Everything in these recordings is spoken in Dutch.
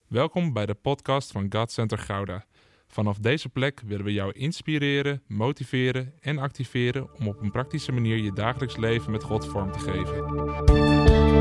Welkom bij de podcast van God Center Gouda. Vanaf deze plek willen we jou inspireren, motiveren en activeren om op een praktische manier je dagelijks leven met God vorm te geven.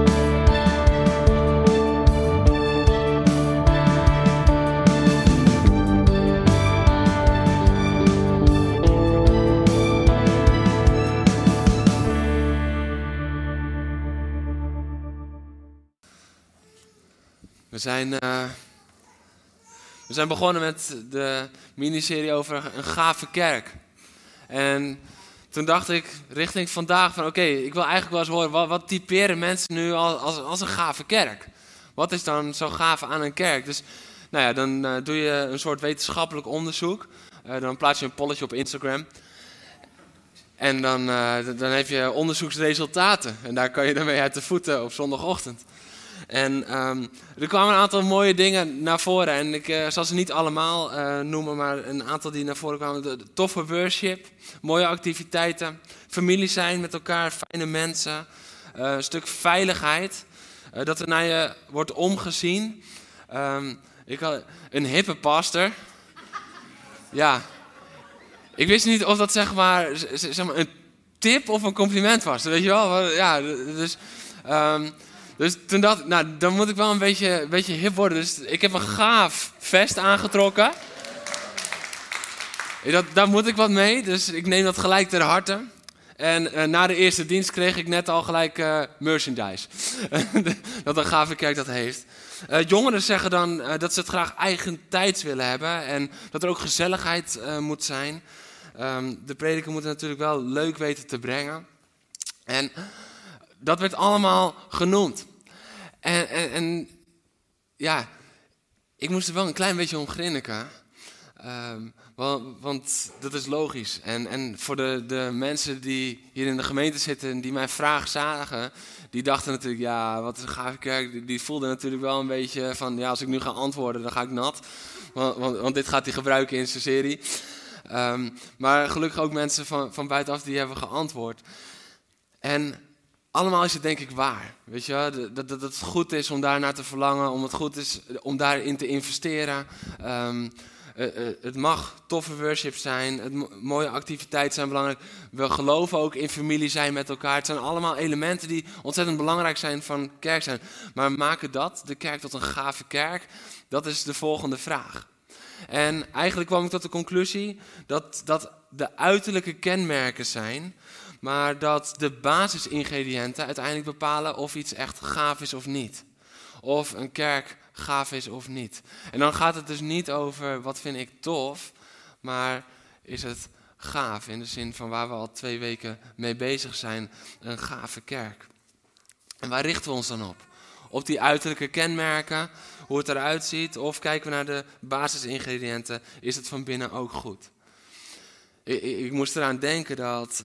We zijn begonnen met de miniserie over een gave kerk. En toen dacht ik richting vandaag van oké, ik wil eigenlijk wel eens horen, wat typeren mensen nu als een gave kerk? Wat is dan zo gaaf aan een kerk? Dus dan doe je een soort wetenschappelijk onderzoek. Dan plaats je een polletje op Instagram. En dan heb je onderzoeksresultaten. En daar kan je dan mee uit de voeten op zondagochtend. En er kwamen een aantal mooie dingen naar voren. En ik zal ze niet allemaal noemen, maar een aantal die naar voren kwamen. De toffe worship, mooie activiteiten, familie zijn met elkaar, fijne mensen. Een stuk veiligheid, dat er naar je wordt omgezien. Ik had een hippe pastor. Ja, ik wist niet of dat zeg maar een tip of een compliment was. Weet je wel? Ja, Dus toen dacht ik, dan moet ik wel een beetje hip worden. Dus ik heb een gaaf vest aangetrokken. Daar moet ik wat mee, dus ik neem dat gelijk ter harte. En na de eerste dienst kreeg ik net al gelijk merchandise. Dat een gave kerk dat heeft. Jongeren zeggen dan dat ze het graag eigentijds willen hebben. En dat er ook gezelligheid moet zijn. De prediker moet het natuurlijk wel leuk weten te brengen. En dat werd allemaal genoemd. En ja, ik moest er wel een klein beetje om grinniken. Want dat is logisch. En voor de mensen die hier in de gemeente zitten en die mijn vraag zagen, die dachten natuurlijk, ja, wat is een gave kerk? Die voelden natuurlijk wel een beetje van, ja, als ik nu ga antwoorden, dan ga ik nat. Want dit gaat hij gebruiken in zijn serie. Maar gelukkig ook mensen van buitenaf die hebben geantwoord. En allemaal is het denk ik waar, weet je, dat het goed is om daar naar te verlangen, om het goed is om daarin te investeren. Het mag toffe worship zijn, mooie activiteiten zijn belangrijk. We geloven ook in familie zijn met elkaar. Het zijn allemaal elementen die ontzettend belangrijk zijn van kerk zijn. Maar maken dat de kerk tot een gave kerk? Dat is de volgende vraag. En eigenlijk kwam ik tot de conclusie dat de uiterlijke kenmerken zijn, maar dat de basisingrediënten uiteindelijk bepalen of iets echt gaaf is of niet. Of een kerk gaaf is of niet. En dan gaat het dus niet over wat vind ik tof, maar is het gaaf in de zin van waar we al 2 weken mee bezig zijn, een gave kerk. En waar richten we ons dan op? Op die uiterlijke kenmerken, hoe het eruit ziet, of kijken we naar de basisingrediënten, is het van binnen ook goed? Ik moest eraan denken dat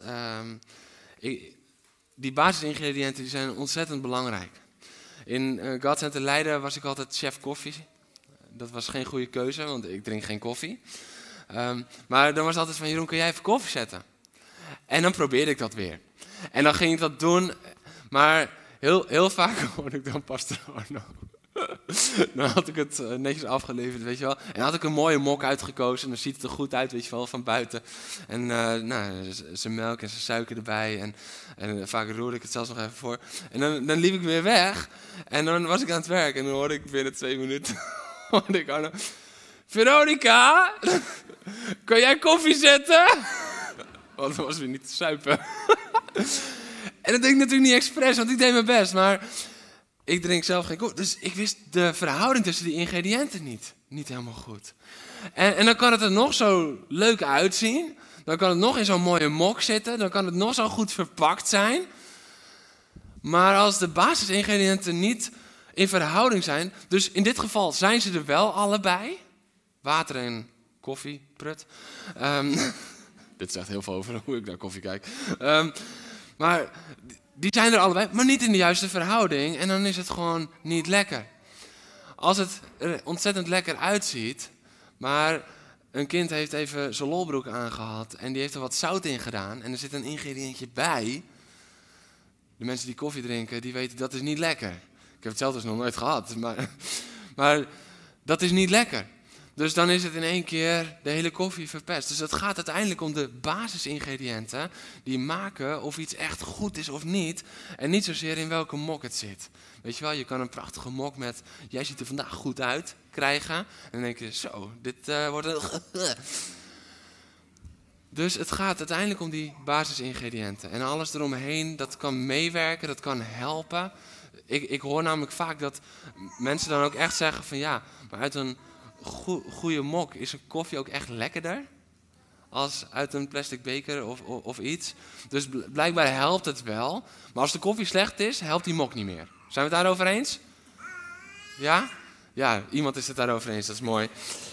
die basisingrediënten die zijn ontzettend belangrijk. In God Center Leiden was ik altijd chef koffie. Dat was geen goede keuze, want ik drink geen koffie. Maar dan was het altijd van, Jeroen, kun jij even koffie zetten? En dan probeerde ik dat weer. En dan ging ik dat doen, maar heel vaak hoorde ik dan pastor Arno. Dan had ik het netjes afgeleverd, weet je wel. En dan had ik een mooie mok uitgekozen. En dan ziet het er goed uit, weet je wel, van buiten. En zijn melk en zijn suiker erbij. En vaak roerde ik het zelfs nog even voor. En dan liep ik weer weg. En dan was ik aan het werk. En dan hoorde ik binnen 2 minuten hoorde ik Arno. Veronica, kan jij koffie zetten? Want dat was weer niet te suipen. En dat deed ik natuurlijk niet expres, want ik deed mijn best. Maar ik drink zelf geen koffie. Dus ik wist de verhouding tussen die ingrediënten niet helemaal goed. En dan kan het er nog zo leuk uitzien. Dan kan het nog in zo'n mooie mok zitten. Dan kan het nog zo goed verpakt zijn. Maar als de basisingrediënten niet in verhouding zijn. Dus in dit geval zijn ze er wel allebei. Water en koffie, prut. Dit zegt heel veel over hoe ik naar koffie kijk. Maar die zijn er allebei, maar niet in de juiste verhouding. En dan is het gewoon niet lekker. Als het er ontzettend lekker uitziet, maar een kind heeft even zijn lolbroek aangehad en die heeft er wat zout in gedaan en er zit een ingrediëntje bij. De mensen die koffie drinken, die weten dat is niet lekker. Ik heb het zelf dus nog nooit gehad, maar Dat is niet lekker. Dus dan is het in één keer de hele koffie verpest. Dus het gaat uiteindelijk om de basisingrediënten die maken of iets echt goed is of niet. En niet zozeer in welke mok het zit. Weet je wel, je kan een prachtige mok met, jij ziet er vandaag goed uit, krijgen. En dan denk je, zo, dit wordt een... Dus het gaat uiteindelijk om die basisingrediënten. En alles eromheen, dat kan meewerken, dat kan helpen. Ik hoor namelijk vaak dat mensen dan ook echt zeggen van ja, maar uit een goede mok is een koffie ook echt lekkerder als uit een plastic beker of iets. Dus blijkbaar helpt het wel. Maar als de koffie slecht is, helpt die mok niet meer. Zijn we het daarover eens? Ja? Ja, iemand is het daarover eens, dat is mooi.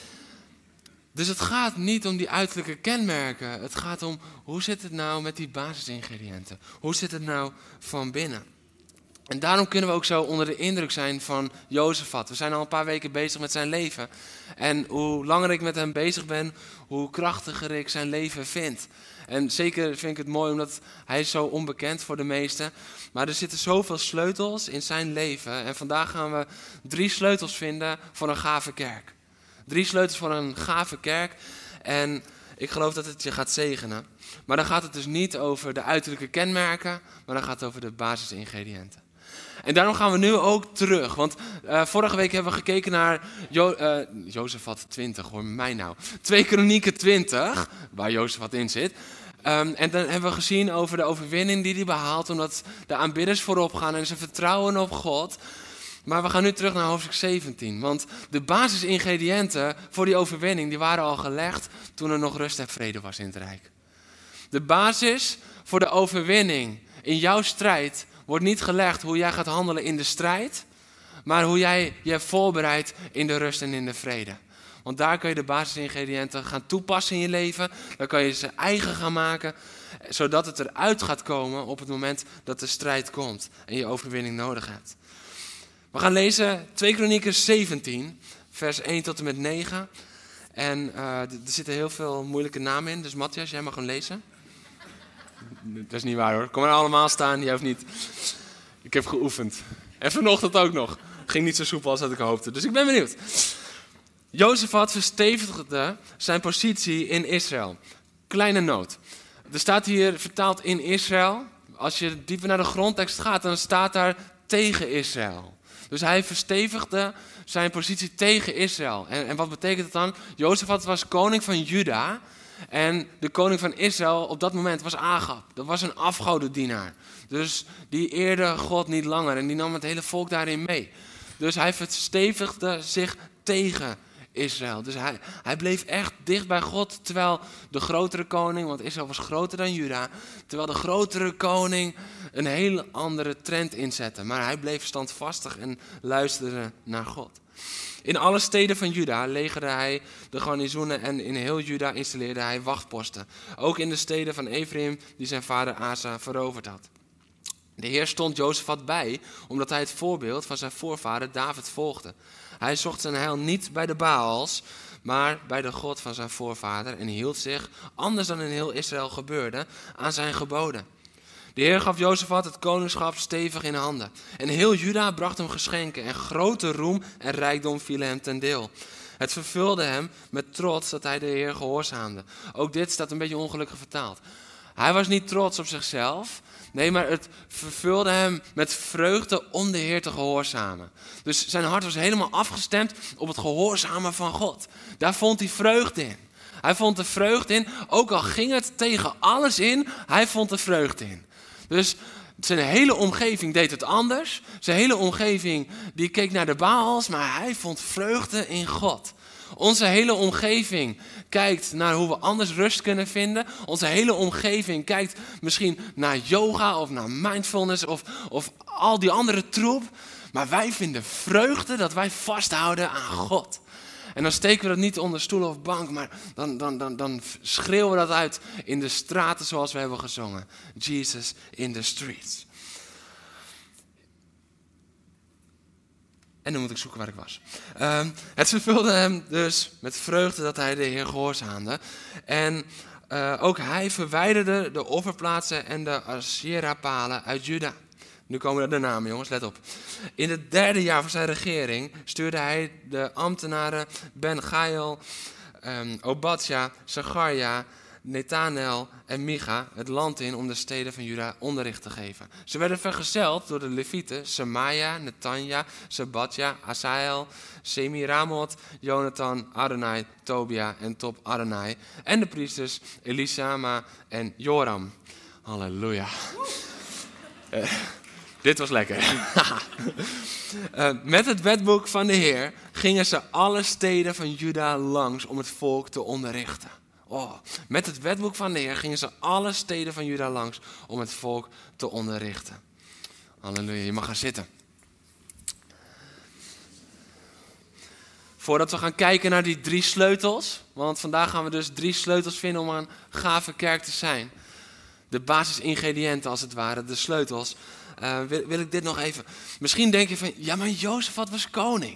Dus het gaat niet om die uiterlijke kenmerken. Het gaat om, hoe zit het nou met die basisingrediënten? Hoe zit het nou van binnen? En daarom kunnen we ook zo onder de indruk zijn van Jozefat. We zijn al een paar weken bezig met zijn leven. En hoe langer ik met hem bezig ben, hoe krachtiger ik zijn leven vind. En zeker vind ik het mooi omdat hij is zo onbekend voor de meesten. Maar er zitten zoveel sleutels in zijn leven. En vandaag gaan we 3 sleutels vinden voor een gave kerk. 3 sleutels voor een gave kerk. En ik geloof dat het je gaat zegenen. Maar dan gaat het dus niet over de uiterlijke kenmerken, maar dan gaat het over de basisingrediënten. En daarom gaan we nu ook terug. Want vorige week hebben we gekeken naar Jozefat 20, hoor mij nou. 2 Kronieken 20, waar Jozefat in zit. En dan hebben we gezien over de overwinning die hij behaalt, omdat de aanbidders voorop gaan en ze vertrouwen op God. Maar we gaan nu terug naar hoofdstuk 17. Want de basisingrediënten voor die overwinning die waren al gelegd toen er nog rust en vrede was in het Rijk. De basis voor de overwinning in jouw strijd wordt niet gelegd hoe jij gaat handelen in de strijd, maar hoe jij je voorbereidt in de rust en in de vrede. Want daar kun je de basisingrediënten gaan toepassen in je leven. Dan kan je ze eigen gaan maken, zodat het eruit gaat komen op het moment dat de strijd komt en je overwinning nodig hebt. We gaan lezen 2 Kronieken 17, vers 1 tot en met 9. En er zitten heel veel moeilijke namen in, dus Matthias, jij mag hem lezen. Dat is niet waar hoor, kom maar allemaal staan, jij hoeft niet. Ik heb geoefend. En vanochtend ook nog. Ging niet zo soepel als dat ik hoopte, dus ik ben benieuwd. Jozefat verstevigde zijn positie in Israël. Kleine noot. Er staat hier vertaald in Israël. Als je dieper naar de grondtekst gaat, dan staat daar tegen Israël. Dus hij verstevigde zijn positie tegen Israël. En wat betekent het dan? Jozefat was koning van Juda. En de koning van Israël op dat moment was Agab. Dat was een afgodendienaar. Dus die eerde God niet langer. En die nam het hele volk daarin mee. Dus hij verstevigde zich tegen Israël. Dus hij bleef echt dicht bij God. Terwijl de grotere koning, want Israël was groter dan Juda. Terwijl de grotere koning een hele andere trend inzette. Maar hij bleef standvastig en luisterde naar God. In alle steden van Juda legerde hij de garnizoenen en in heel Juda installeerde hij wachtposten. Ook in de steden van Ephraim die zijn vader Asa veroverd had. De Heer stond Jozefat bij, omdat hij het voorbeeld van zijn voorvader David volgde. Hij zocht zijn heil niet bij de Baals, maar bij de God van zijn voorvader en hield zich, anders dan in heel Israël gebeurde, aan zijn geboden. De Heer gaf Jozefat het koningschap stevig in handen. En heel Juda bracht hem geschenken en grote roem en rijkdom vielen hem ten deel. Het vervulde hem met trots dat hij de Heer gehoorzaamde. Ook dit staat een beetje ongelukkig vertaald. Hij was niet trots op zichzelf. Nee, maar het vervulde hem met vreugde om de Heer te gehoorzamen. Dus zijn hart was helemaal afgestemd op het gehoorzamen van God. Daar vond hij vreugde in. Hij vond er vreugde in, ook al ging het tegen alles in, hij vond er vreugde in. Dus zijn hele omgeving deed het anders. Zijn hele omgeving die keek naar de Baals, maar hij vond vreugde in God. Onze hele omgeving kijkt naar hoe we anders rust kunnen vinden. Onze hele omgeving kijkt misschien naar yoga of naar mindfulness of al die andere troep. Maar wij vinden vreugde dat wij vasthouden aan God. En dan steken we dat niet onder stoel of bank, maar dan schreeuwen we dat uit in de straten zoals we hebben gezongen. Jesus in the streets. En dan moet ik zoeken waar ik was. Het vervulde hem dus met vreugde dat hij de Heer gehoorzaamde. En ook hij verwijderde de offerplaatsen en de Asherah-palen uit Juda. Nu komen de namen, jongens, let op. In het 3e jaar van zijn regering stuurde hij de ambtenaren Ben-Gaal, Obadja, Zacharia, Nethanel en Micha het land in om de steden van Juda onderricht te geven. Ze werden vergezeld door de Levieten, Semaja, Netanja, Sabadja, Asael, Semiramot, Jonathan, Adonai, Tobia en Top-Adonai. En de priesters Elisama en Joram. Halleluja. Dit was lekker. Met het wetboek van de Heer gingen ze alle steden van Juda langs om het volk te onderrichten. Met het wetboek van de Heer gingen ze alle steden van Juda langs om het volk te onderrichten. Halleluja, je mag gaan zitten. Voordat we gaan kijken naar die 3 sleutels, want vandaag gaan we dus 3 sleutels vinden om een gave kerk te zijn. De basisingrediënten als het ware, de sleutels. Wil ik dit nog even... Misschien denk je van, ja maar Jozefat was koning.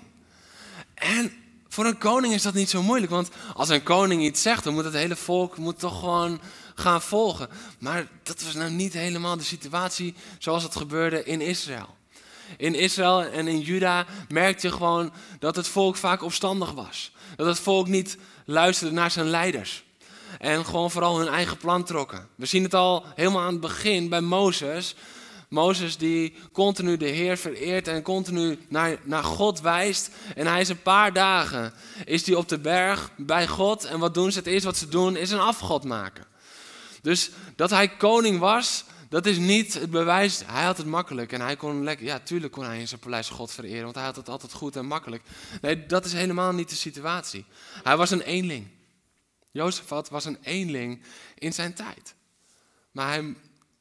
En voor een koning is dat niet zo moeilijk, want als een koning iets zegt, dan moet het hele volk toch gewoon gaan volgen. Maar dat was nou niet helemaal de situatie zoals het gebeurde in Israël. In Israël en in Juda merkte je gewoon dat het volk vaak opstandig was. Dat het volk niet luisterde naar zijn leiders. En gewoon vooral hun eigen plan trokken. We zien het al helemaal aan het begin bij Mozes. Mozes die continu de Heer vereert en continu naar God wijst. En hij is een paar dagen is hij op de berg bij God. En wat doen ze? Het eerste wat ze doen is een afgod maken. Dus dat hij koning was, dat is niet het bewijs. Hij had het makkelijk en hij kon lekker. Ja, tuurlijk kon hij in zijn paleis God vereren, want hij had het altijd goed en makkelijk. Nee, dat is helemaal niet de situatie. Hij was een eenling. Jozefat was een eenling in zijn tijd. Maar hij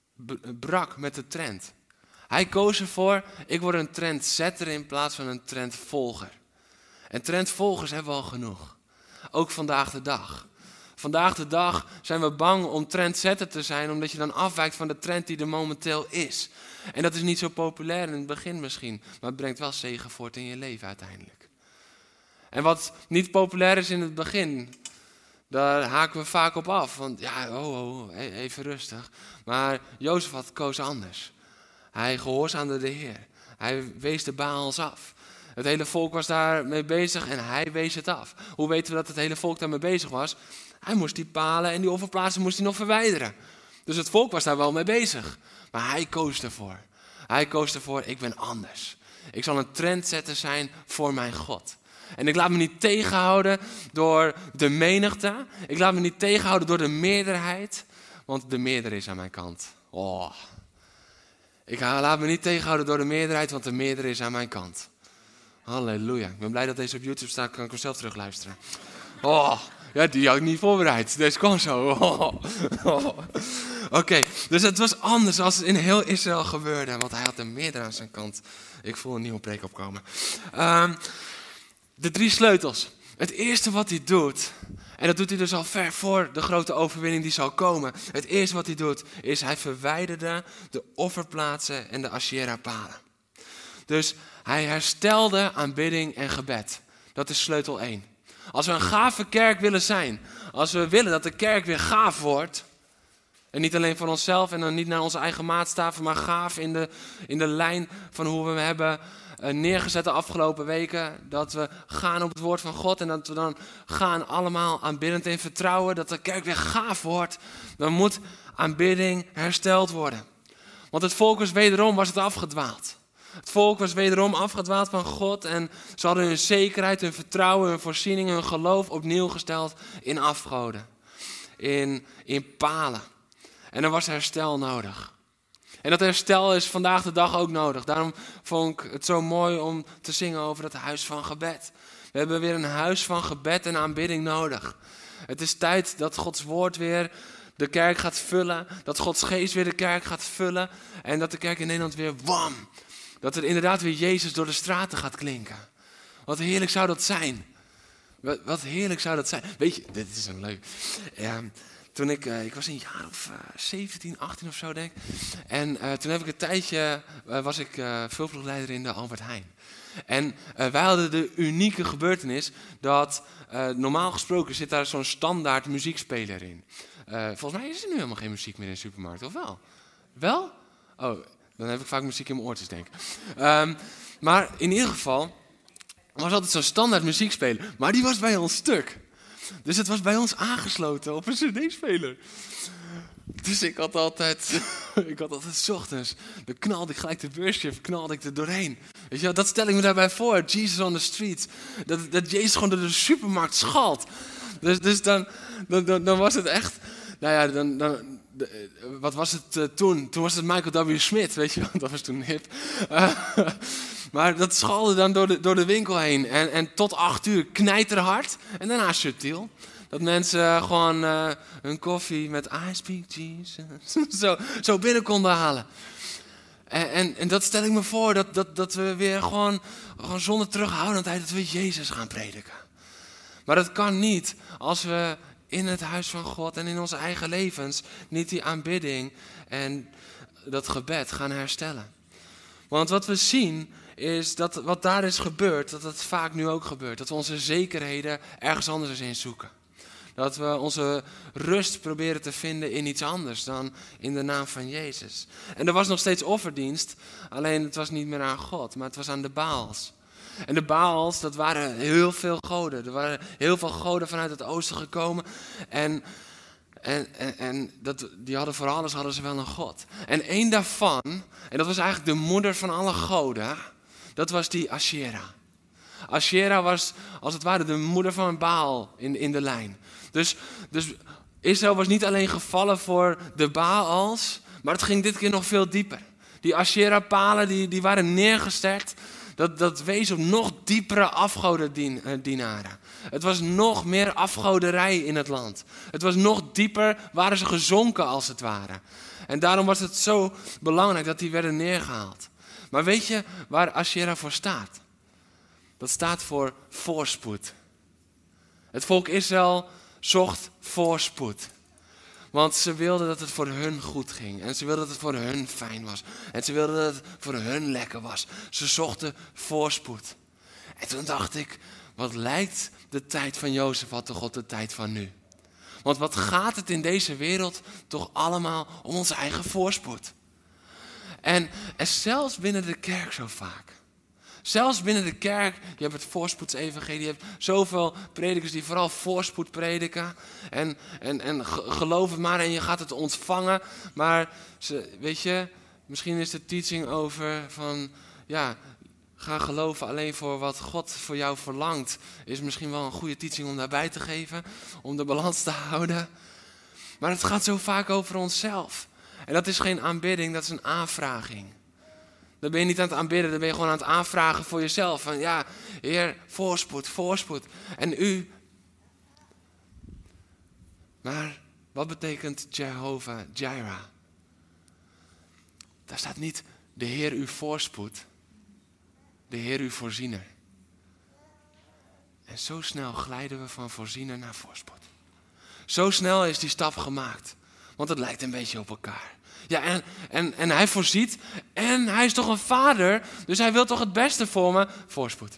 brak met de trend. Hij koos ervoor, ik word een trendsetter in plaats van een trendvolger. En trendvolgers hebben we al genoeg. Ook vandaag de dag. Vandaag de dag zijn we bang om trendsetter te zijn, omdat je dan afwijkt van de trend die er momenteel is. En dat is niet zo populair in het begin misschien, maar het brengt wel zegen voort in je leven uiteindelijk. En wat niet populair is in het begin, daar haken we vaak op af. Want ja, even rustig. Maar Jozefat koos anders. Hij gehoorzaamde de Heer. Hij wees de Baals af. Het hele volk was daarmee bezig en hij wees het af. Hoe weten we dat het hele volk daarmee bezig was? Hij moest die palen en die offerplaatsen moest hij nog verwijderen. Dus het volk was daar wel mee bezig. Maar hij koos ervoor. Hij koos ervoor, ik ben anders. Ik zal een trendsetter zijn voor mijn God. En ik laat me niet tegenhouden door de menigte. Ik laat me niet tegenhouden door de meerderheid. Want de meerder is aan mijn kant. Ik laat me niet tegenhouden door de meerderheid, want de meerder is aan mijn kant. Halleluja. Ik ben blij dat deze op YouTube staat, kan ik hem zelf terugluisteren. Ja, die had ik niet voorbereid. Deze kwam zo. Oké, dus het was anders als het in heel Israël gebeurde. Want hij had de meerder aan zijn kant. Ik voel een nieuwe preek opkomen. De 3 sleutels. Het eerste wat hij doet, en dat doet hij dus al ver voor de grote overwinning die zal komen. Het eerste wat hij doet, is hij verwijderde de offerplaatsen en de Asherah-palen. Dus hij herstelde aanbidding en gebed. Dat is sleutel 1. Als we een gave kerk willen zijn, als we willen dat de kerk weer gaaf wordt, en niet alleen voor onszelf en dan niet naar onze eigen maatstaven, maar gaaf in de lijn van hoe we hem hebben neergezet de afgelopen weken. Dat we gaan op het woord van God en dat we dan gaan allemaal aanbiddend in vertrouwen. Dat de kerk weer gaaf wordt. Dan moet aanbidding hersteld worden. Want het volk was het afgedwaald. Het volk was wederom afgedwaald van God. En ze hadden hun zekerheid, hun vertrouwen, hun voorziening, hun geloof opnieuw gesteld in afgoden. In palen. En er was herstel nodig. En dat herstel is vandaag de dag ook nodig. Daarom vond ik het zo mooi om te zingen over het huis van gebed. We hebben weer een huis van gebed en aanbidding nodig. Het is tijd dat Gods woord weer de kerk gaat vullen. Dat Gods geest weer de kerk gaat vullen. En dat de kerk in Nederland weer wam. Dat er inderdaad weer Jezus door de straten gaat klinken. Wat heerlijk zou dat zijn. Wat heerlijk zou dat zijn. Weet je, dit is een leuk. Toen ik was een jaar of 17, 18 of zo denk ik. En toen heb ik een tijdje, was ik vulploegleider in de Albert Heijn. En wij hadden de unieke gebeurtenis dat normaal gesproken zit daar zo'n standaard muziekspeler in. Volgens mij is er nu helemaal geen muziek meer in de supermarkt, of wel? Wel? Oh, Dan heb ik vaak muziek in mijn oortjes, denk ik. Maar in ieder geval was altijd zo'n standaard muziekspeler. Maar die was bij ons stuk. Dus het was bij ons aangesloten op een cd-speler. Dus ik had altijd 's ochtends, dan knalde ik gelijk de beursje, knalde ik er doorheen. Weet je, dat stel ik me daarbij voor, Jesus on the street. Dat Jezus gewoon door de supermarkt schalt. Dus dan was het echt, wat was het toen? Toen was het Michael W. Smith, weet je wel, dat was toen hip. Maar dat schalde dan door de winkel heen. En tot 8 uur knijterhard en daarna subtiel. Dat mensen gewoon hun koffie met I speak Jesus zo binnen konden halen. En dat stel ik me voor, dat we weer gewoon zonder terughoudendheid, dat we Jezus gaan prediken. Maar dat kan niet als we in het huis van God en in onze eigen levens niet die aanbidding en dat gebed gaan herstellen. Want wat we zien is dat wat daar is gebeurd, dat het vaak nu ook gebeurt. Dat we onze zekerheden ergens anders in zoeken. Dat we onze rust proberen te vinden in iets anders dan in de naam van Jezus. En er was nog steeds offerdienst, alleen het was niet meer aan God, maar het was aan de Baals. En de Baals, dat waren heel veel goden. Er waren heel veel goden vanuit het oosten gekomen. En die hadden voor alles hadden ze wel een god. En één daarvan, en dat was eigenlijk de moeder van alle goden, dat was die Asherah. Asherah was als het ware de moeder van Baal in de lijn. Dus Israël was niet alleen gevallen voor de Baals, maar het ging dit keer nog veel dieper. Die Asherah-palen die waren neergestort. Dat wees op nog diepere afgodendienaren. Het was nog meer afgoderij in het land. Het was nog dieper, waren ze gezonken als het ware. En daarom was het zo belangrijk dat die werden neergehaald. Maar weet je waar Asherah voor staat? Dat staat voor voorspoed. Het volk Israël zocht voorspoed. Want ze wilden dat het voor hun goed ging. En ze wilden dat het voor hun fijn was. En ze wilden dat het voor hun lekker was. Ze zochten voorspoed. En toen dacht ik, wat lijkt de tijd van Jozef wat toch op de tijd van nu? Want wat gaat het in deze wereld toch allemaal om onze eigen voorspoed? En zelfs binnen de kerk zo vaak. Zelfs binnen de kerk, je hebt het voorspoedsevangelie, je hebt zoveel predikers die vooral voorspoed prediken. En geloof het maar en je gaat het ontvangen. Maar weet je, misschien is de teaching over van, ja, ga geloven alleen voor wat God voor jou verlangt. Is misschien wel een goede teaching om daarbij te geven, om de balans te houden. Maar het gaat zo vaak over onszelf. En dat is geen aanbidding, dat is een aanvraging. Dan ben je niet aan het aanbidden, dan ben je gewoon aan het aanvragen voor jezelf. Van ja, Heer, voorspoed, voorspoed. En u. Maar wat betekent Jehovah Jireh? Daar staat niet de Heer uw voorspoed, de Heer uw voorziener. En zo snel glijden we van voorziener naar voorspoed. Zo snel is die stap gemaakt. Want het lijkt een beetje op elkaar. Ja, en hij voorziet. En hij is toch een vader. Dus hij wil toch het beste voor me. Voorspoed.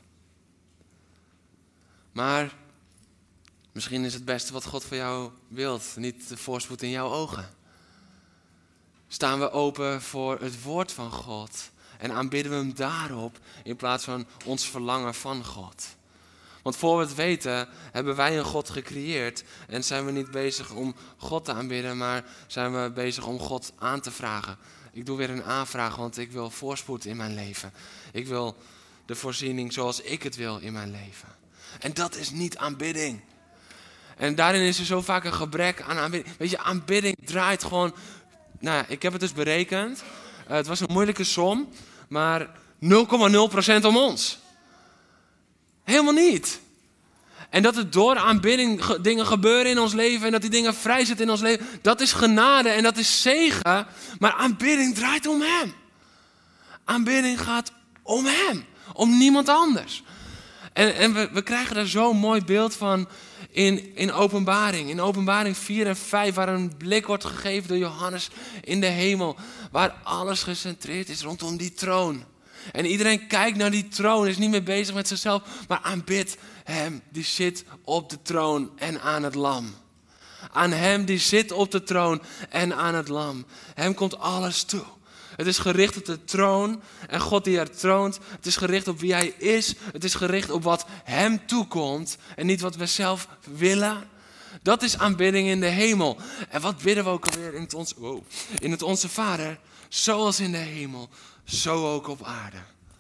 Maar misschien is het beste wat God voor jou wilt niet de voorspoed in jouw ogen. Staan we open voor het woord van God. En aanbidden we hem daarop. In plaats van ons verlangen van God. Want voor we het weten, hebben wij een God gecreëerd. En zijn we niet bezig om God te aanbidden, maar zijn we bezig om God aan te vragen. Ik doe weer een aanvraag, want ik wil voorspoed in mijn leven. Ik wil de voorziening zoals ik het wil in mijn leven. En dat is niet aanbidding. En daarin is er zo vaak een gebrek aan aanbidding. Weet je, aanbidding draait gewoon. Nou ja, ik heb het dus berekend. Het was een moeilijke som, maar 0,0% om ons. Helemaal niet. En dat er door aanbidding dingen gebeuren in ons leven en dat die dingen vrij zitten in ons leven, dat is genade en dat is zegen. Maar aanbidding draait om hem. Aanbidding gaat om hem, om niemand anders. En we krijgen daar zo'n mooi beeld van in Openbaring. In Openbaring 4 en 5, waar een blik wordt gegeven door Johannes in de hemel. Waar alles gecentreerd is rondom die troon. En iedereen kijkt naar die troon, is niet meer bezig met zichzelf, maar aanbidt hem die zit op de troon en aan het lam. Aan hem die zit op de troon en aan het lam. Hem komt alles toe. Het is gericht op de troon en God die er troont. Het is gericht op wie hij is. Het is gericht op wat hem toekomt en niet wat we zelf willen. Dat is aanbidding in de hemel. En wat bidden we ook alweer in het Onze Vader? Zoals in de hemel, zo ook op aarde.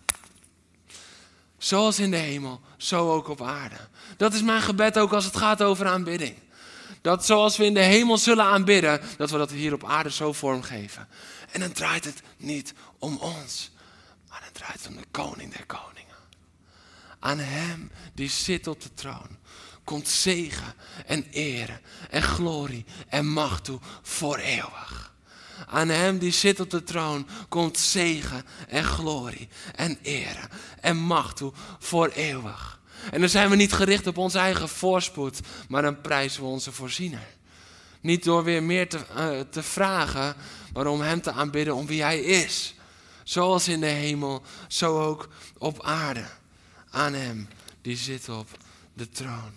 Zoals in de hemel, zo ook op aarde. Dat is mijn gebed ook als het gaat over aanbidding. Dat zoals we in de hemel zullen aanbidden, dat we dat hier op aarde zo vormgeven. En dan draait het niet om ons, maar dan draait het om de koning der koningen. Aan hem die zit op de troon komt zegen en eer en glorie en macht toe voor eeuwig. Aan hem die zit op de troon komt zegen en glorie en eer en macht toe voor eeuwig. En dan zijn we niet gericht op onze eigen voorspoed, maar dan prijzen we onze voorziener. Niet door weer meer te vragen, maar om hem te aanbidden om wie hij is. Zoals in de hemel, zo ook op aarde. Aan hem die zit op de troon.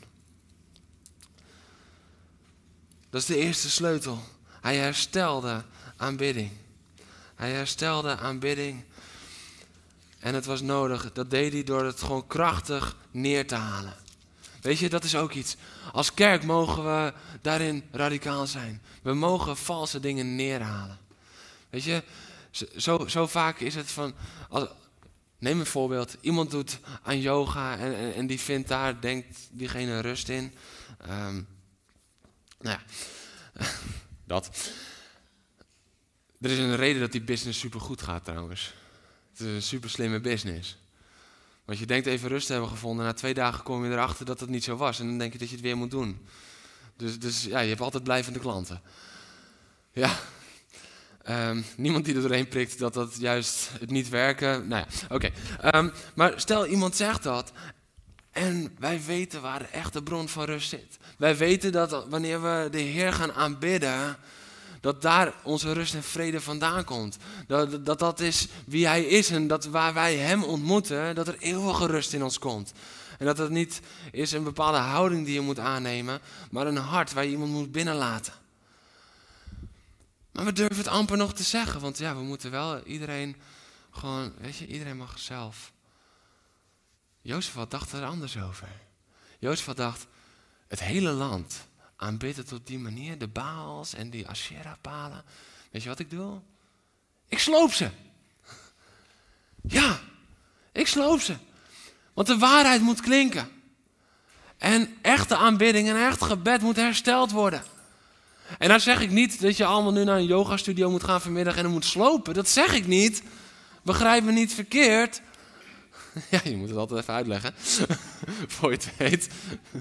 Dat is de eerste sleutel. Hij herstelde aanbidding. Hij herstelde aanbidding. En het was nodig. Dat deed hij door het gewoon krachtig neer te halen. Weet je, dat is ook iets. Als kerk mogen we daarin radicaal zijn. We mogen valse dingen neerhalen. Weet je, zo vaak is het van... Neem een voorbeeld. Iemand doet aan yoga en die vindt daar, denkt diegene rust in. Nou ja, dat. Er is een reden dat die business supergoed gaat trouwens. Het is een super slimme business. Want je denkt even rust te hebben gevonden. Na 2 dagen kom je erachter dat het niet zo was. En dan denk je dat je het weer moet doen. Dus ja, je hebt altijd blijvende klanten. Ja. Niemand die er doorheen prikt dat juist het niet werken. Nou ja, oké. Maar stel iemand zegt dat. En wij weten waar de echte bron van rust zit. Wij weten dat wanneer we de Heer gaan aanbidden, dat daar onze rust en vrede vandaan komt. Dat is wie hij is en dat waar wij hem ontmoeten, dat er eeuwige rust in ons komt. En dat het niet is een bepaalde houding die je moet aannemen, maar een hart waar je iemand moet binnenlaten. Maar we durven het amper nog te zeggen, want ja, we moeten wel iedereen gewoon, weet je, iedereen mag zelf. Jozefat dacht er anders over. Jozefat dacht, het hele land aanbidt het op die manier, de Baals en die Asherah-palen. Weet je wat ik doe? Ik sloop ze. Ja, ik sloop ze. Want de waarheid moet klinken. En echte aanbidding en echt gebed moet hersteld worden. En nou zeg ik niet dat je allemaal nu naar een yogastudio moet gaan vanmiddag en dan moet slopen. Dat zeg ik niet. Begrijp me niet verkeerd. Ja, je moet het altijd even uitleggen. Voor je het weet.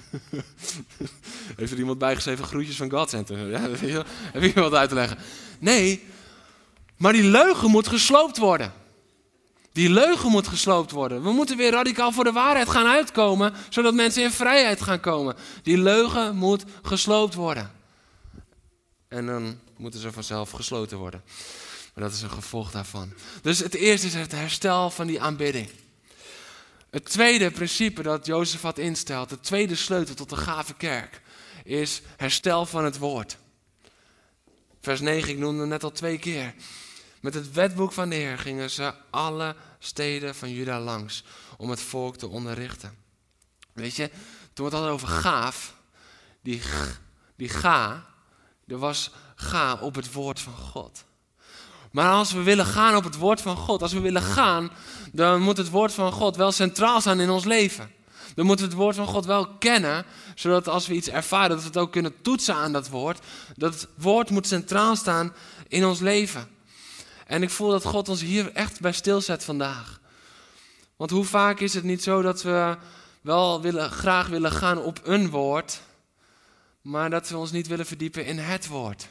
Heeft er iemand bijgeschreven groetjes van God Center? Ja, heb je wat uit te leggen? Nee, maar die leugen moet gesloopt worden. Die leugen moet gesloopt worden. We moeten weer radicaal voor de waarheid gaan uitkomen, zodat mensen in vrijheid gaan komen. Die leugen moet gesloopt worden. En dan moeten ze vanzelf gesloten worden. Maar dat is een gevolg daarvan. Dus het eerste is het herstel van die aanbidding. Het tweede principe dat Jozefat instelt, de tweede sleutel tot de gave kerk, is herstel van het woord. Vers 9, ik noemde het net al 2 keer. Met het wetboek van de Heer gingen ze alle steden van Juda langs om het volk te onderrichten. Weet je, toen we het hadden over gaaf, die ga, er was ga op het woord van God. Maar als we willen gaan op het woord van God, als we willen gaan, dan moet het woord van God wel centraal staan in ons leven. Dan moeten we het woord van God wel kennen, zodat als we iets ervaren, dat we het ook kunnen toetsen aan dat woord. Dat woord moet centraal staan in ons leven. En ik voel dat God ons hier echt bij stilzet vandaag. Want hoe vaak is het niet zo dat we wel graag willen gaan op een woord, maar dat we ons niet willen verdiepen in het woord.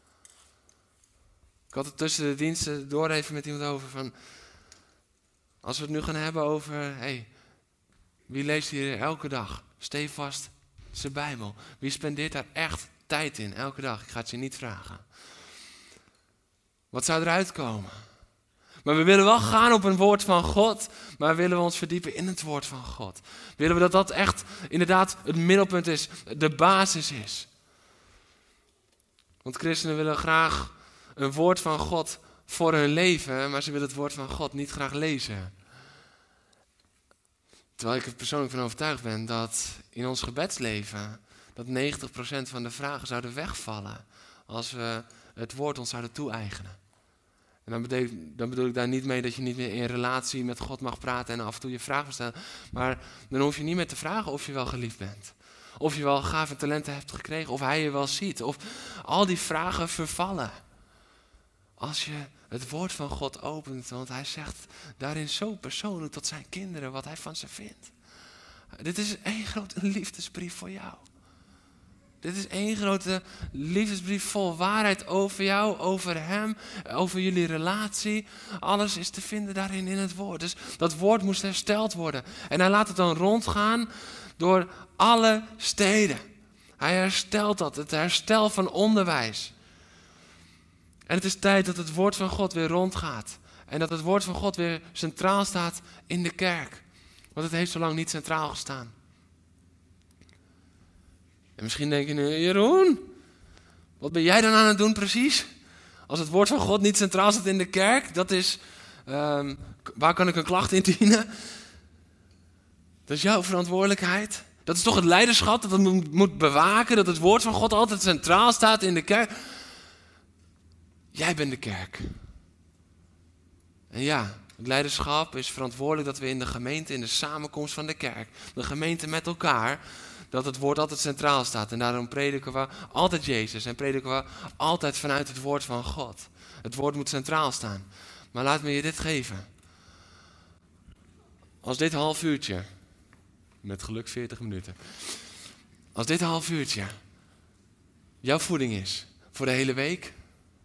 Ik had het tussen de diensten door even met iemand over van, als we het nu gaan hebben over, wie leest hier elke dag stevast zijn Bijbel? Wie spendeert daar echt tijd in elke dag? Ik ga het je niet vragen. Wat zou eruit komen? Maar we willen wel gaan op een woord van God, maar willen we ons verdiepen in het woord van God? Willen we dat dat echt inderdaad het middelpunt is, de basis is? Want christenen willen graag een woord van God voor hun leven, maar ze willen het woord van God niet graag lezen. Terwijl ik er persoonlijk van overtuigd ben dat in ons gebedsleven dat 90% van de vragen zouden wegvallen als we het woord ons zouden toe-eigenen. En dan bedoel ik daar niet mee dat je niet meer in relatie met God mag praten en af en toe je vragen mag stellen. Maar dan hoef je niet meer te vragen of je wel geliefd bent. Of je wel gaven en talenten hebt gekregen, of hij je wel ziet. Of al die vragen vervallen. Als je het woord van God opent, want hij zegt daarin zo persoonlijk tot zijn kinderen wat hij van ze vindt. Dit is één grote liefdesbrief voor jou. Dit is één grote liefdesbrief vol waarheid over jou, over hem, over jullie relatie. Alles is te vinden daarin in het woord. Dus dat woord moest hersteld worden. En hij laat het dan rondgaan door alle steden. Hij herstelt dat, het herstel van onderwijs. En het is tijd dat het woord van God weer rondgaat. En dat het woord van God weer centraal staat in de kerk. Want het heeft zo lang niet centraal gestaan. En misschien denk je nu, Jeroen, wat ben jij dan aan het doen precies? Als het woord van God niet centraal staat in de kerk, dat is, waar kan ik een klacht in dienen? Dat is jouw verantwoordelijkheid. Dat is toch het leiderschap dat het moet bewaken, dat het woord van God altijd centraal staat in de kerk. Jij bent de kerk. En ja, het leiderschap is verantwoordelijk dat we in de gemeente, in de samenkomst van de kerk, de gemeente met elkaar, dat het woord altijd centraal staat. En daarom prediken we altijd Jezus en prediken we altijd vanuit het woord van God. Het woord moet centraal staan. Maar laat me je dit geven. Als dit half uurtje, met geluk 40 minuten. Als dit half uurtje jouw voeding is voor de hele week,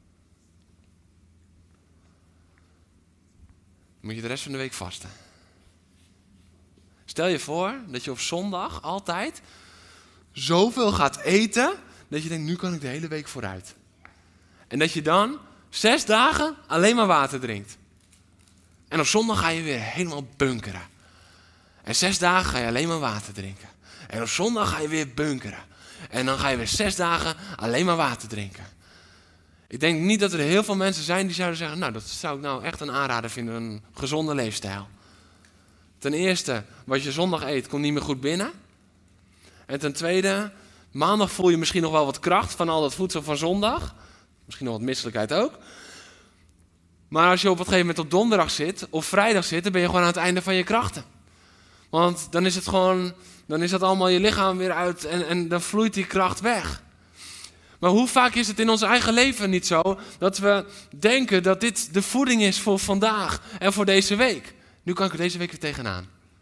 moet je de rest van de week vasten. Stel je voor dat je op zondag altijd zoveel gaat eten, dat je denkt, nu kan ik de hele week vooruit. En dat je dan 6 dagen alleen maar water drinkt. En op zondag ga je weer helemaal bunkeren. En 6 dagen ga je alleen maar water drinken. En op zondag ga je weer bunkeren. En dan ga je weer 6 dagen alleen maar water drinken. Ik denk niet dat er heel veel mensen zijn die zouden zeggen, nou, dat zou ik nou echt een aanrader vinden, een gezonde leefstijl. Ten eerste, wat je zondag eet, komt niet meer goed binnen. En ten tweede, maandag voel je misschien nog wel wat kracht van al dat voedsel van zondag. Misschien nog wat misselijkheid ook. Maar als je op een gegeven moment op donderdag zit, of vrijdag zit, dan ben je gewoon aan het einde van je krachten. Want dan is het gewoon, dan is dat allemaal je lichaam weer uit en dan vloeit die kracht weg. Maar hoe vaak is het in ons eigen leven niet zo dat we denken dat dit de voeding is voor vandaag en voor deze week? Nu kan ik er deze week weer tegenaan.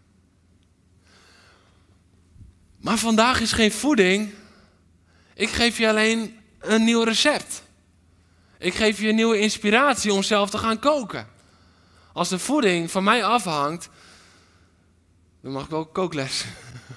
Maar vandaag is geen voeding. Ik geef je alleen een nieuw recept. Ik geef je een nieuwe inspiratie om zelf te gaan koken. Als de voeding van mij afhangt, dan mag ik ook kookles.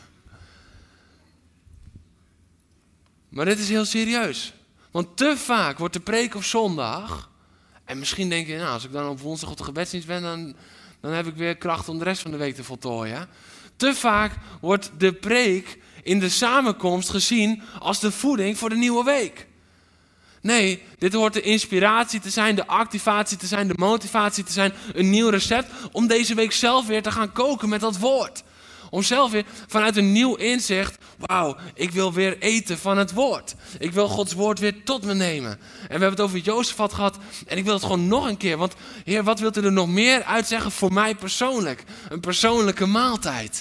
Maar dit is heel serieus. Want te vaak wordt de preek op zondag. En misschien denk je, nou, als ik dan op woensdag op de gebedsdienst ben, dan heb ik weer kracht om de rest van de week te voltooien. Te vaak wordt de preek in de samenkomst gezien als de voeding voor de nieuwe week. Nee, dit hoort de inspiratie te zijn, de activatie te zijn, de motivatie te zijn. Een nieuw recept om deze week zelf weer te gaan koken met dat woord. Om zelf weer vanuit een nieuw inzicht, wauw, ik wil weer eten van het woord. Ik wil Gods woord weer tot me nemen. En we hebben het over Jozefat gehad en ik wil het gewoon nog een keer. Want Heer, wat wilt u er nog meer uitzeggen voor mij persoonlijk? Een persoonlijke maaltijd.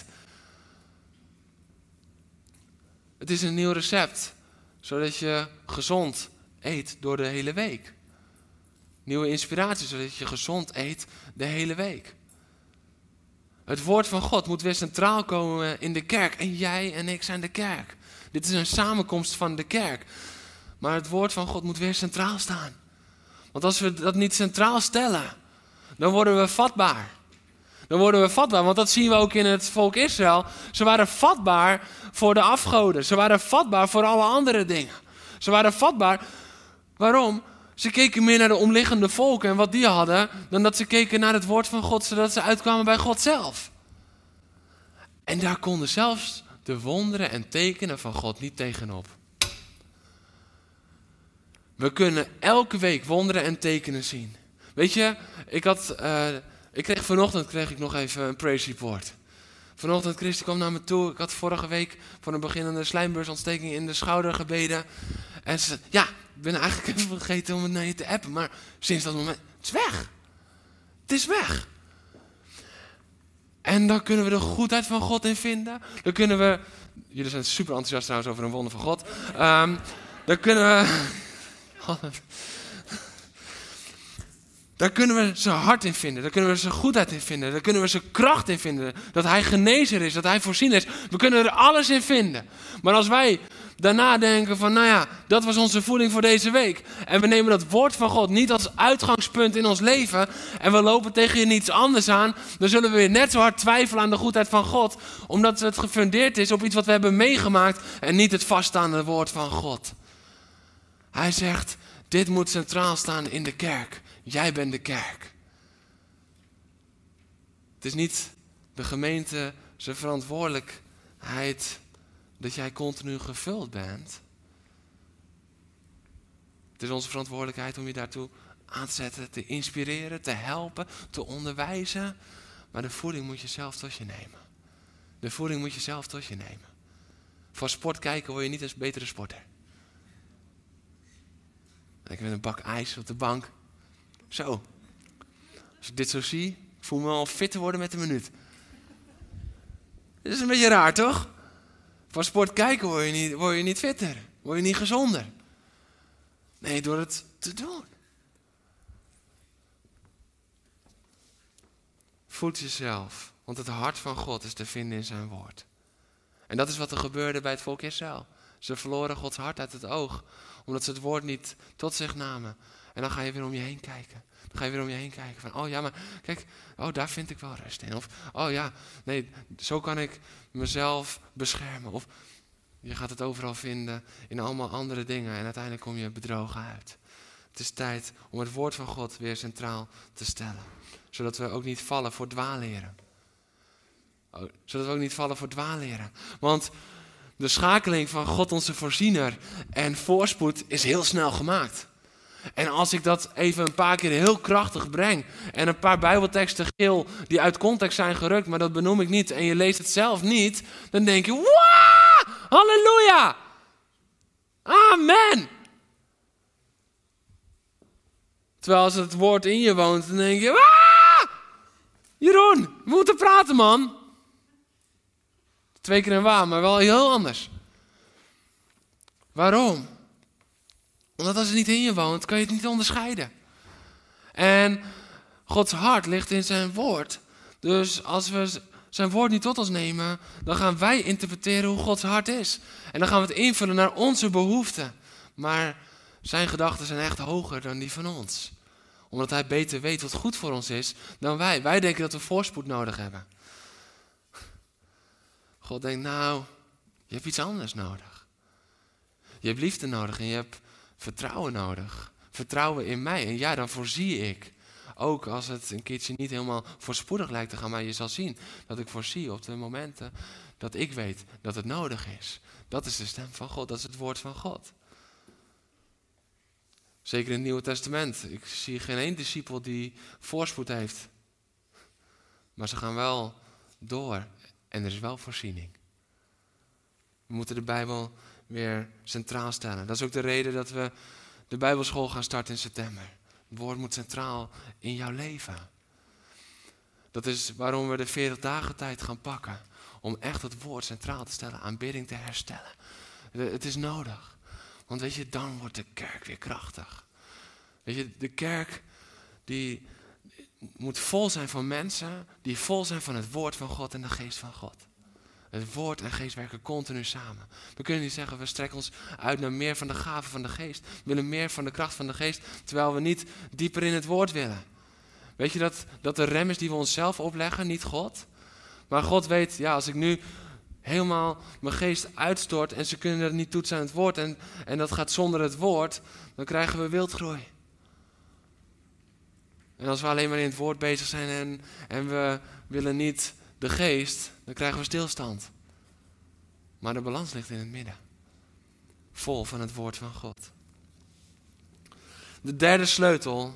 Het is een nieuw recept, zodat je gezond eet door de hele week. Nieuwe inspiratie, zodat je gezond eet de hele week. Het woord van God moet weer centraal komen in de kerk. En jij en ik zijn de kerk. Dit is een samenkomst van de kerk. Maar het woord van God moet weer centraal staan. Want als we dat niet centraal stellen, dan worden we vatbaar. Dan worden we vatbaar, want dat zien we ook in het volk Israël. Ze waren vatbaar voor de afgoden. Ze waren vatbaar voor alle andere dingen. Ze waren vatbaar. Waarom? Ze keken meer naar de omliggende volken en wat die hadden, dan dat ze keken naar het woord van God, zodat ze uitkwamen bij God zelf. En daar konden zelfs de wonderen en tekenen van God niet tegenop. We kunnen elke week wonderen en tekenen zien. Weet je, vanochtend kreeg ik nog even een praise report. Vanochtend, Christy kwam naar me toe. Ik had vorige week voor een beginnende slijmbeursontsteking in de schouder gebeden. En ze zei, ja, ik ben eigenlijk even vergeten om het naar je te appen. Maar sinds dat moment, het is weg. Het is weg. En dan kunnen we de goedheid van God in vinden. Dan kunnen we, jullie zijn super enthousiast trouwens over een wonder van God. Dan kunnen we... Daar kunnen we zijn hart in vinden. Daar kunnen we zijn goedheid in vinden. Daar kunnen we zijn kracht in vinden. Dat hij genezer is. Dat hij voorzien is. We kunnen er alles in vinden. Maar als wij daarna denken van, nou ja, dat was onze voeding voor deze week. En we nemen dat woord van God niet als uitgangspunt in ons leven. En we lopen tegen iets anders aan. Dan zullen we weer net zo hard twijfelen aan de goedheid van God. Omdat het gefundeerd is op iets wat we hebben meegemaakt. En niet het vaststaande woord van God. Hij zegt, dit moet centraal staan in de kerk. Jij bent de kerk. Het is niet de gemeente zijn verantwoordelijkheid dat jij continu gevuld bent. Het is onze verantwoordelijkheid om je daartoe aan te zetten, te inspireren, te helpen, te onderwijzen. Maar de voeding moet je zelf tot je nemen. De voeding moet je zelf tot je nemen. Van sport kijken word je niet eens een betere sporter. Ik met een bak ijs op de bank. Zo. Als ik dit zo zie, ik voel me al fitter worden met de minuut. Dit is een beetje raar, toch? Van sport kijken word je niet fitter. Word je niet gezonder. Nee, door het te doen. Voed jezelf. Want het hart van God is te vinden in zijn woord. En dat is wat er gebeurde bij het volk Israël. Ze verloren Gods hart uit het oog. Omdat ze het woord niet tot zich namen. En dan ga je weer om je heen kijken. Dan ga je weer om je heen kijken. Van, oh ja, maar kijk, oh, daar vind ik wel rust in. Of, oh ja, nee, zo kan ik mezelf beschermen. Of je gaat het overal vinden in allemaal andere dingen. En uiteindelijk kom je bedrogen uit. Het is tijd om het woord van God weer centraal te stellen. Zodat we ook niet vallen voor dwaalleren. Zodat we ook niet vallen voor dwaalleren. Want de schakeling van God onze voorziener en voorspoed is heel snel gemaakt. En als ik dat even een paar keer heel krachtig breng en een paar bijbelteksten geel die uit context zijn gerukt, maar dat benoem ik niet en je leest het zelf niet, dan denk je, wow, halleluja, amen. Terwijl als het woord in je woont, dan denk je, wow, Jeroen, we moeten praten, man. 2 keer een waar, maar wel heel anders. Waarom? Omdat als het niet in je woont, kan je het niet onderscheiden. En Gods hart ligt in zijn woord. Dus als we zijn woord niet tot ons nemen, dan gaan wij interpreteren hoe Gods hart is. En dan gaan we het invullen naar onze behoeften. Maar zijn gedachten zijn echt hoger dan die van ons. Omdat hij beter weet wat goed voor ons is dan wij. Wij denken dat we voorspoed nodig hebben. God denkt, nou, je hebt iets anders nodig. Je hebt liefde nodig en je hebt vertrouwen nodig. Vertrouwen in mij. En ja, dan voorzie ik. Ook als het een keertje niet helemaal voorspoedig lijkt te gaan. Maar je zal zien dat ik voorzie op de momenten dat ik weet dat het nodig is. Dat is de stem van God. Dat is het woord van God. Zeker in het Nieuwe Testament. Ik zie geen één discipel die voorspoed heeft. Maar ze gaan wel door. En er is wel voorziening. We moeten de Bijbel weer centraal stellen. Dat is ook de reden dat we de Bijbelschool gaan starten in september. Het woord moet centraal in jouw leven. Dat is waarom we de 40 dagen tijd gaan pakken. Om echt het woord centraal te stellen. Aanbidding te herstellen. Het is nodig. Want weet je, dan wordt de kerk weer krachtig. Weet je, de kerk die moet vol zijn van mensen die vol zijn van het woord van God en de geest van God. Het woord en geest werken continu samen. We kunnen niet zeggen, we strekken ons uit naar meer van de gaven van de geest. We willen meer van de kracht van de geest, terwijl we niet dieper in het woord willen. Weet je dat de rem is die we onszelf opleggen, niet God? Maar God weet, ja, als ik nu helemaal mijn geest uitstort en ze kunnen er niet toetsen aan het woord en dat gaat zonder het woord, dan krijgen we wildgroei. En als we alleen maar in het woord bezig zijn en we willen niet de geest, dan krijgen we stilstand. Maar de balans ligt in het midden. Vol van het woord van God. De derde sleutel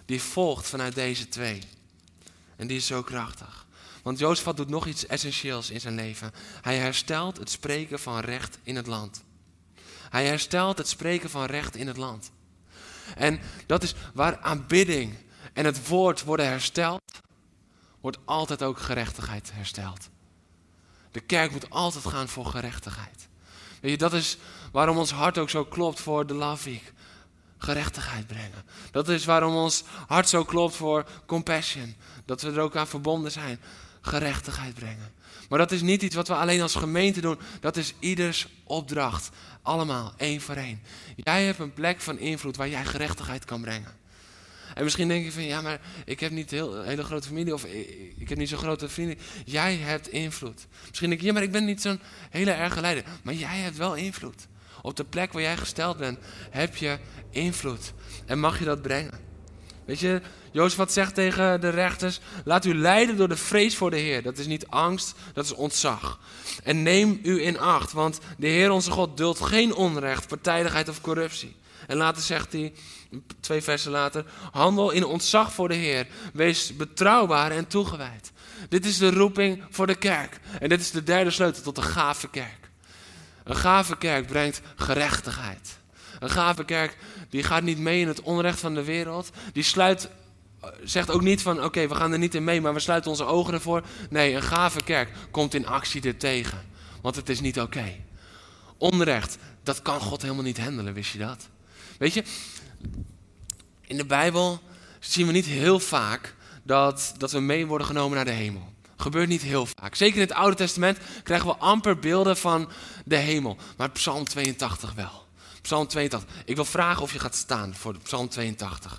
die volgt vanuit deze twee. En die is zo krachtig. Want Jozefat doet nog iets essentieels in zijn leven. Hij herstelt het spreken van recht in het land. Hij herstelt het spreken van recht in het land. En dat is waar aanbidding en het woord worden hersteld, wordt altijd ook gerechtigheid hersteld. De kerk moet altijd gaan voor gerechtigheid. Weet je, dat is waarom ons hart ook zo klopt voor de Love Week. Gerechtigheid brengen. Dat is waarom ons hart zo klopt voor Compassion. Dat we er ook aan verbonden zijn. Gerechtigheid brengen. Maar dat is niet iets wat we alleen als gemeente doen. Dat is ieders opdracht. Allemaal, één voor één. Jij hebt een plek van invloed waar jij gerechtigheid kan brengen. En misschien denk je van, ja, maar ik heb niet een hele grote familie of ik heb niet zo'n grote vrienden. Jij hebt invloed. Misschien denk je, ja, maar ik ben niet zo'n hele erge leider. Maar jij hebt wel invloed. Op de plek waar jij gesteld bent, heb je invloed. En mag je dat brengen. Weet je, Jozefat zegt tegen de rechters, laat u leiden door de vrees voor de Heer. Dat is niet angst, dat is ontzag. En neem u in acht, want de Heer onze God duldt geen onrecht, partijdigheid of corruptie. En later zegt hij, 2 versen later, handel in ontzag voor de Heer. Wees betrouwbaar en toegewijd. Dit is de roeping voor de kerk. En dit is de derde sleutel tot een gave kerk. Een gave kerk brengt gerechtigheid. Een gave kerk die gaat niet mee in het onrecht van de wereld. Die zegt ook niet van oké, we gaan er niet in mee, maar we sluiten onze ogen ervoor. Nee, een gave kerk komt in actie er tegen. Want het is niet oké. Onrecht, dat kan God helemaal niet handelen, wist je dat? Weet je, in de Bijbel zien we niet heel vaak dat we mee worden genomen naar de hemel. Gebeurt niet heel vaak. Zeker in het Oude Testament krijgen we amper beelden van de hemel. Maar Psalm 82 wel. Psalm 82. Ik wil vragen of je gaat staan voor de Psalm 82.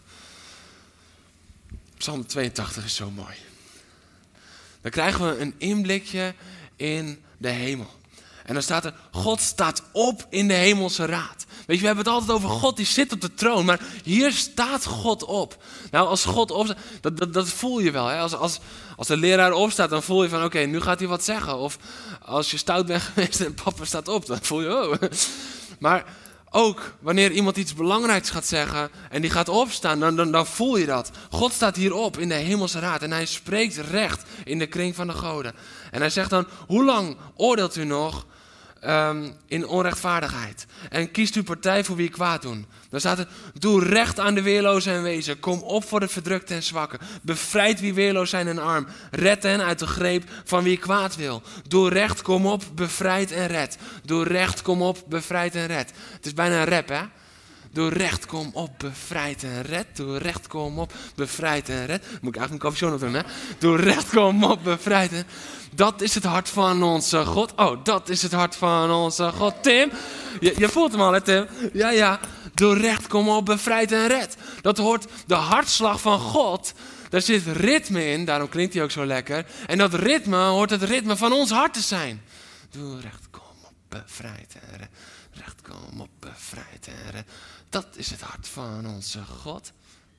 Psalm 82 is zo mooi. Dan krijgen we een inblikje in de hemel. En dan staat er, God staat op in de hemelse raad. Weet je, we hebben het altijd over God die zit op de troon. Maar hier staat God op. Nou, als God opstaat, dat voel je wel. Hè? Als de leraar opstaat, dan voel je van oké, nu gaat hij wat zeggen. Of als je stout bent geweest en papa staat op, dan voel je oh. Maar ook wanneer iemand iets belangrijks gaat zeggen en die gaat opstaan, dan voel je dat. God staat hier op in de hemelse raad en hij spreekt recht in de kring van de goden. En hij zegt dan, hoe lang oordeelt u nog in onrechtvaardigheid? En kiest u partij voor wie kwaad doen. Dan staat er, doe recht aan de weerlozen en wezen. Kom op voor de verdrukte en zwakken. Bevrijd wie weerloos zijn en arm. Red hen uit de greep van wie kwaad wil. Doe recht, kom op, bevrijd en red. Doe recht, kom op, bevrijd en red. Het is bijna een rap, hè? Doe recht, kom op, bevrijd en red. Doe recht, kom op, bevrijd en red. Moet ik eigenlijk een capuchon doen, hè? Doe recht, kom op, bevrijd en... Dat is het hart van onze God. Oh, dat is het hart van onze God. Tim, je voelt hem al, hè, Tim? Ja. Doe recht, kom op, bevrijd en red. Dat hoort de hartslag van God. Daar zit ritme in, daarom klinkt hij ook zo lekker. En dat ritme hoort het ritme van ons hart te zijn. Doe recht, kom op, bevrijd en red. Recht, kom op, bevrijd en red. Dat is het hart van onze God.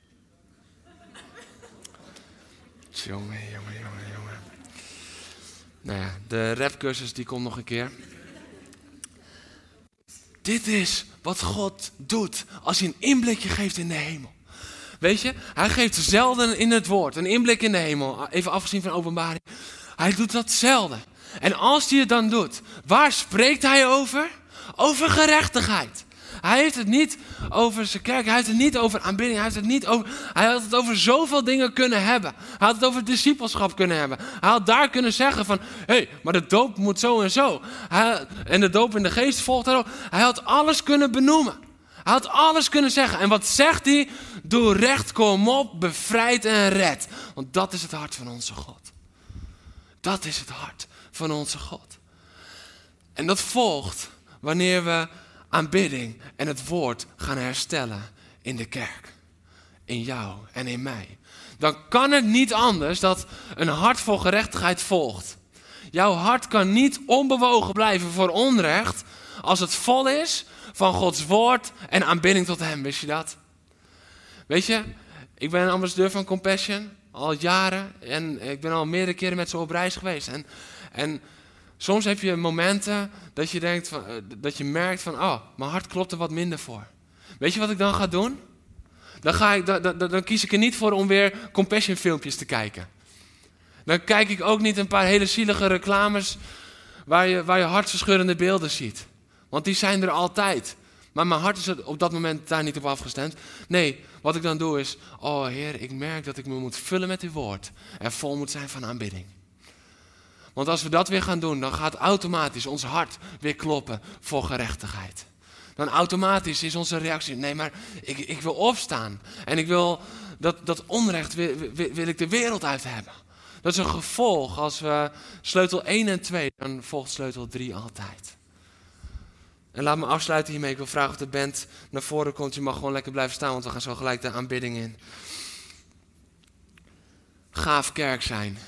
Jongen. Nou ja, de rapcursus die komt nog een keer. Dit is wat God doet als hij een inblikje geeft in de hemel. Weet je, hij geeft zelden in het woord een inblik in de hemel. Even afgezien van Openbaring. Hij doet dat zelden. En als hij het dan doet, waar spreekt hij over? Over gerechtigheid. Hij heeft het niet over zijn kerk, hij heeft het niet over aanbidding, hij had het over zoveel dingen kunnen hebben. Hij had het over discipelschap kunnen hebben. Hij had daar kunnen zeggen van, hé, maar de doop moet zo en zo. En de doop in de geest volgt daarop. Hij had alles kunnen benoemen. Hij had alles kunnen zeggen. En wat zegt hij? Doe recht, kom op, bevrijd en red. Want dat is het hart van onze God. Dat is het hart van onze God. En dat volgt wanneer we aanbidding en het woord gaan herstellen in de kerk. In jou en in mij. Dan kan het niet anders dat een hart voor gerechtigheid volgt. Jouw hart kan niet onbewogen blijven voor onrecht als het vol is van Gods woord en aanbidding tot hem. Wist je dat? Weet je, ik ben een ambassadeur van Compassion al jaren en ik ben al meerdere keren met ze op reis geweest. En soms heb je momenten dat je denkt dat je merkt van, oh, mijn hart klopt er wat minder voor. Weet je wat ik dan ga doen? dan kies ik er niet voor om weer compassion filmpjes te kijken. Dan kijk ik ook niet een paar hele zielige reclames waar je hartverscheurende beelden ziet. Want die zijn er altijd. Maar mijn hart is op dat moment daar niet op afgestemd. Nee, wat ik dan doe is, oh Heer, ik merk dat ik me moet vullen met uw woord. En vol moet zijn van aanbidding. Want als we dat weer gaan doen, dan gaat automatisch ons hart weer kloppen voor gerechtigheid. Dan automatisch is onze reactie, nee, maar ik wil opstaan. En ik wil dat onrecht wil ik de wereld uit hebben. Dat is een gevolg als we sleutel 1 en 2, dan volgt sleutel 3 altijd. En laat me afsluiten hiermee. Ik wil vragen of de band naar voren komt. Je mag gewoon lekker blijven staan, want we gaan zo gelijk de aanbidding in. Gaaf kerk zijn.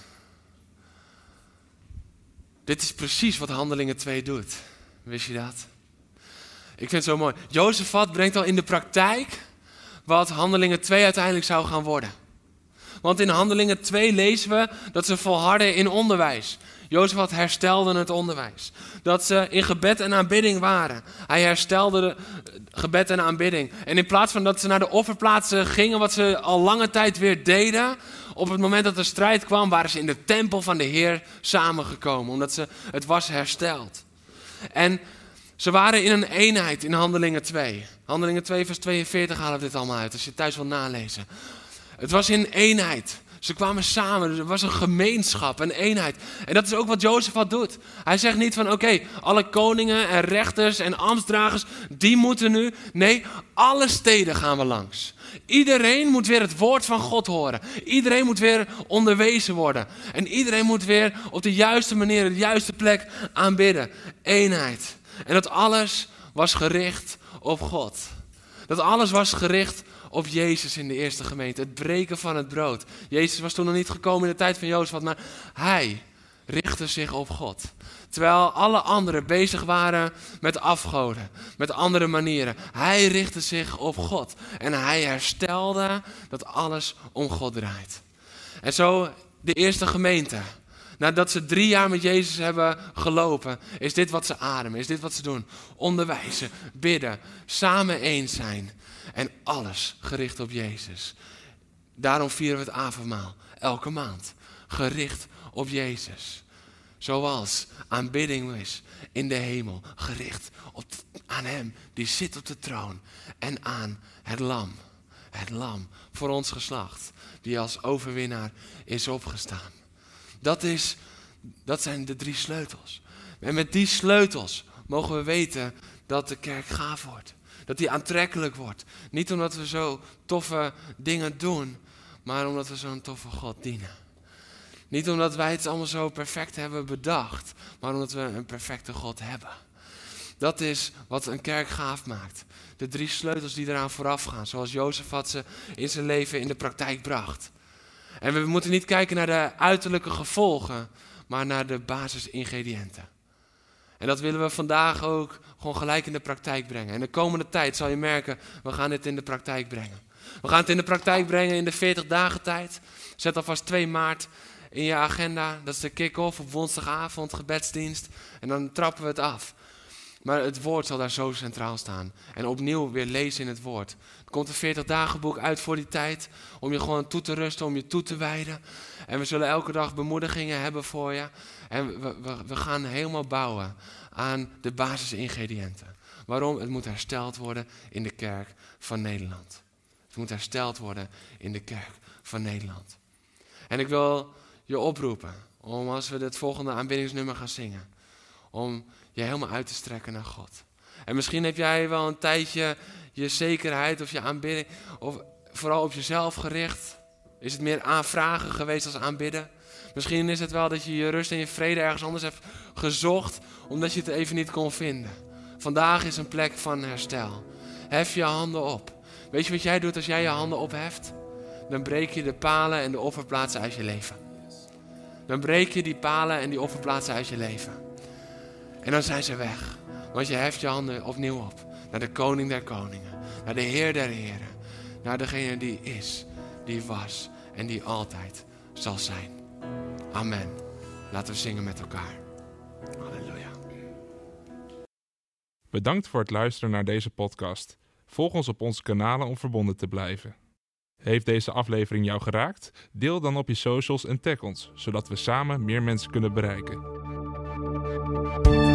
Dit is precies wat Handelingen 2 doet. Wist je dat? Ik vind het zo mooi. Jozefat brengt al in de praktijk wat Handelingen 2 uiteindelijk zou gaan worden. Want in Handelingen 2 lezen we dat ze volharden in onderwijs. Jozefat herstelde het onderwijs. Dat ze in gebed en aanbidding waren. Hij herstelde de gebed en aanbidding. En in plaats van dat ze naar de offerplaatsen gingen, wat ze al lange tijd weer deden, op het moment dat er strijd kwam, waren ze in de tempel van de Heer samengekomen. Omdat het was hersteld. En ze waren in een eenheid in Handelingen 2. Handelingen 2 vers 42 halen we dit allemaal uit, als je het thuis wilt nalezen. Het was in eenheid. Ze kwamen samen, er was een gemeenschap, een eenheid. En dat is ook wat Jozefat doet. Hij zegt niet van oké, alle koningen en rechters en ambtsdragers, die moeten nu. Nee, alle steden gaan we langs. Iedereen moet weer het woord van God horen. Iedereen moet weer onderwezen worden. En iedereen moet weer op de juiste manier, de juiste plek aanbidden. Eenheid. En dat alles was gericht op God. Dat alles was gericht op Jezus in de eerste gemeente. Het breken van het brood. Jezus was toen nog niet gekomen in de tijd van Jozefat, maar hij richtte zich op God. Terwijl alle anderen bezig waren met afgoden, met andere manieren. Hij richtte zich op God. En hij herstelde dat alles om God draait. En zo de eerste gemeente. Nadat ze 3 jaar met Jezus hebben gelopen, is dit wat ze ademen, is dit wat ze doen. Onderwijzen, bidden, samen eens zijn. En alles gericht op Jezus. Daarom vieren we het avondmaal, elke maand. Gericht op Jezus. Zoals aanbidding is in de hemel. Gericht aan hem die zit op de troon. En aan het lam. Het lam voor ons geslacht. Die als overwinnaar is opgestaan. Dat zijn de 3 sleutels. En met die sleutels mogen we weten dat de kerk gaaf wordt. Dat die aantrekkelijk wordt. Niet omdat we zo toffe dingen doen, maar omdat we zo'n toffe God dienen. Niet omdat wij het allemaal zo perfect hebben bedacht, maar omdat we een perfecte God hebben. Dat is wat een kerk gaaf maakt. De 3 sleutels die eraan vooraf gaan, zoals Jozefat ze in zijn leven in de praktijk bracht. En we moeten niet kijken naar de uiterlijke gevolgen, maar naar de basisingrediënten. En dat willen we vandaag ook gewoon gelijk in de praktijk brengen. En de komende tijd zal je merken, we gaan dit in de praktijk brengen. We gaan het in de praktijk brengen in de 40 dagen tijd. Zet alvast 2 maart in je agenda. Dat is de kick-off op woensdagavond, gebedsdienst. En dan trappen we het af. Maar het woord zal daar zo centraal staan. En opnieuw weer lezen in het woord. Er komt een 40 dagen boek uit voor die tijd. Om je gewoon toe te rusten, om je toe te wijden. En we zullen elke dag bemoedigingen hebben voor je. En we gaan helemaal bouwen aan de basisingrediënten. Waarom? Het moet hersteld worden in de kerk van Nederland. Het moet hersteld worden in de kerk van Nederland. En ik wil je oproepen om als we het volgende aanbiddingsnummer gaan zingen, om je helemaal uit te strekken naar God. En misschien heb jij wel een tijdje je zekerheid of je aanbidding, of vooral op jezelf gericht. Is het meer aanvragen geweest als aanbidden? Misschien is het wel dat je je rust en je vrede ergens anders hebt gezocht, omdat je het even niet kon vinden. Vandaag is een plek van herstel. Hef je handen op. Weet je wat jij doet als jij je handen opheft? Dan breek je de palen en de offerplaatsen uit je leven. Dan breek je die palen en die offerplaatsen uit je leven. En dan zijn ze weg. Want je heft je handen opnieuw op. Naar de koning der koningen. Naar de Heer der heren. Naar degene die is, die was en die altijd zal zijn. Amen. Laten we zingen met elkaar. Halleluja. Bedankt voor het luisteren naar deze podcast. Volg ons op onze kanalen om verbonden te blijven. Heeft deze aflevering jou geraakt? Deel dan op je socials en tag ons, zodat we samen meer mensen kunnen bereiken.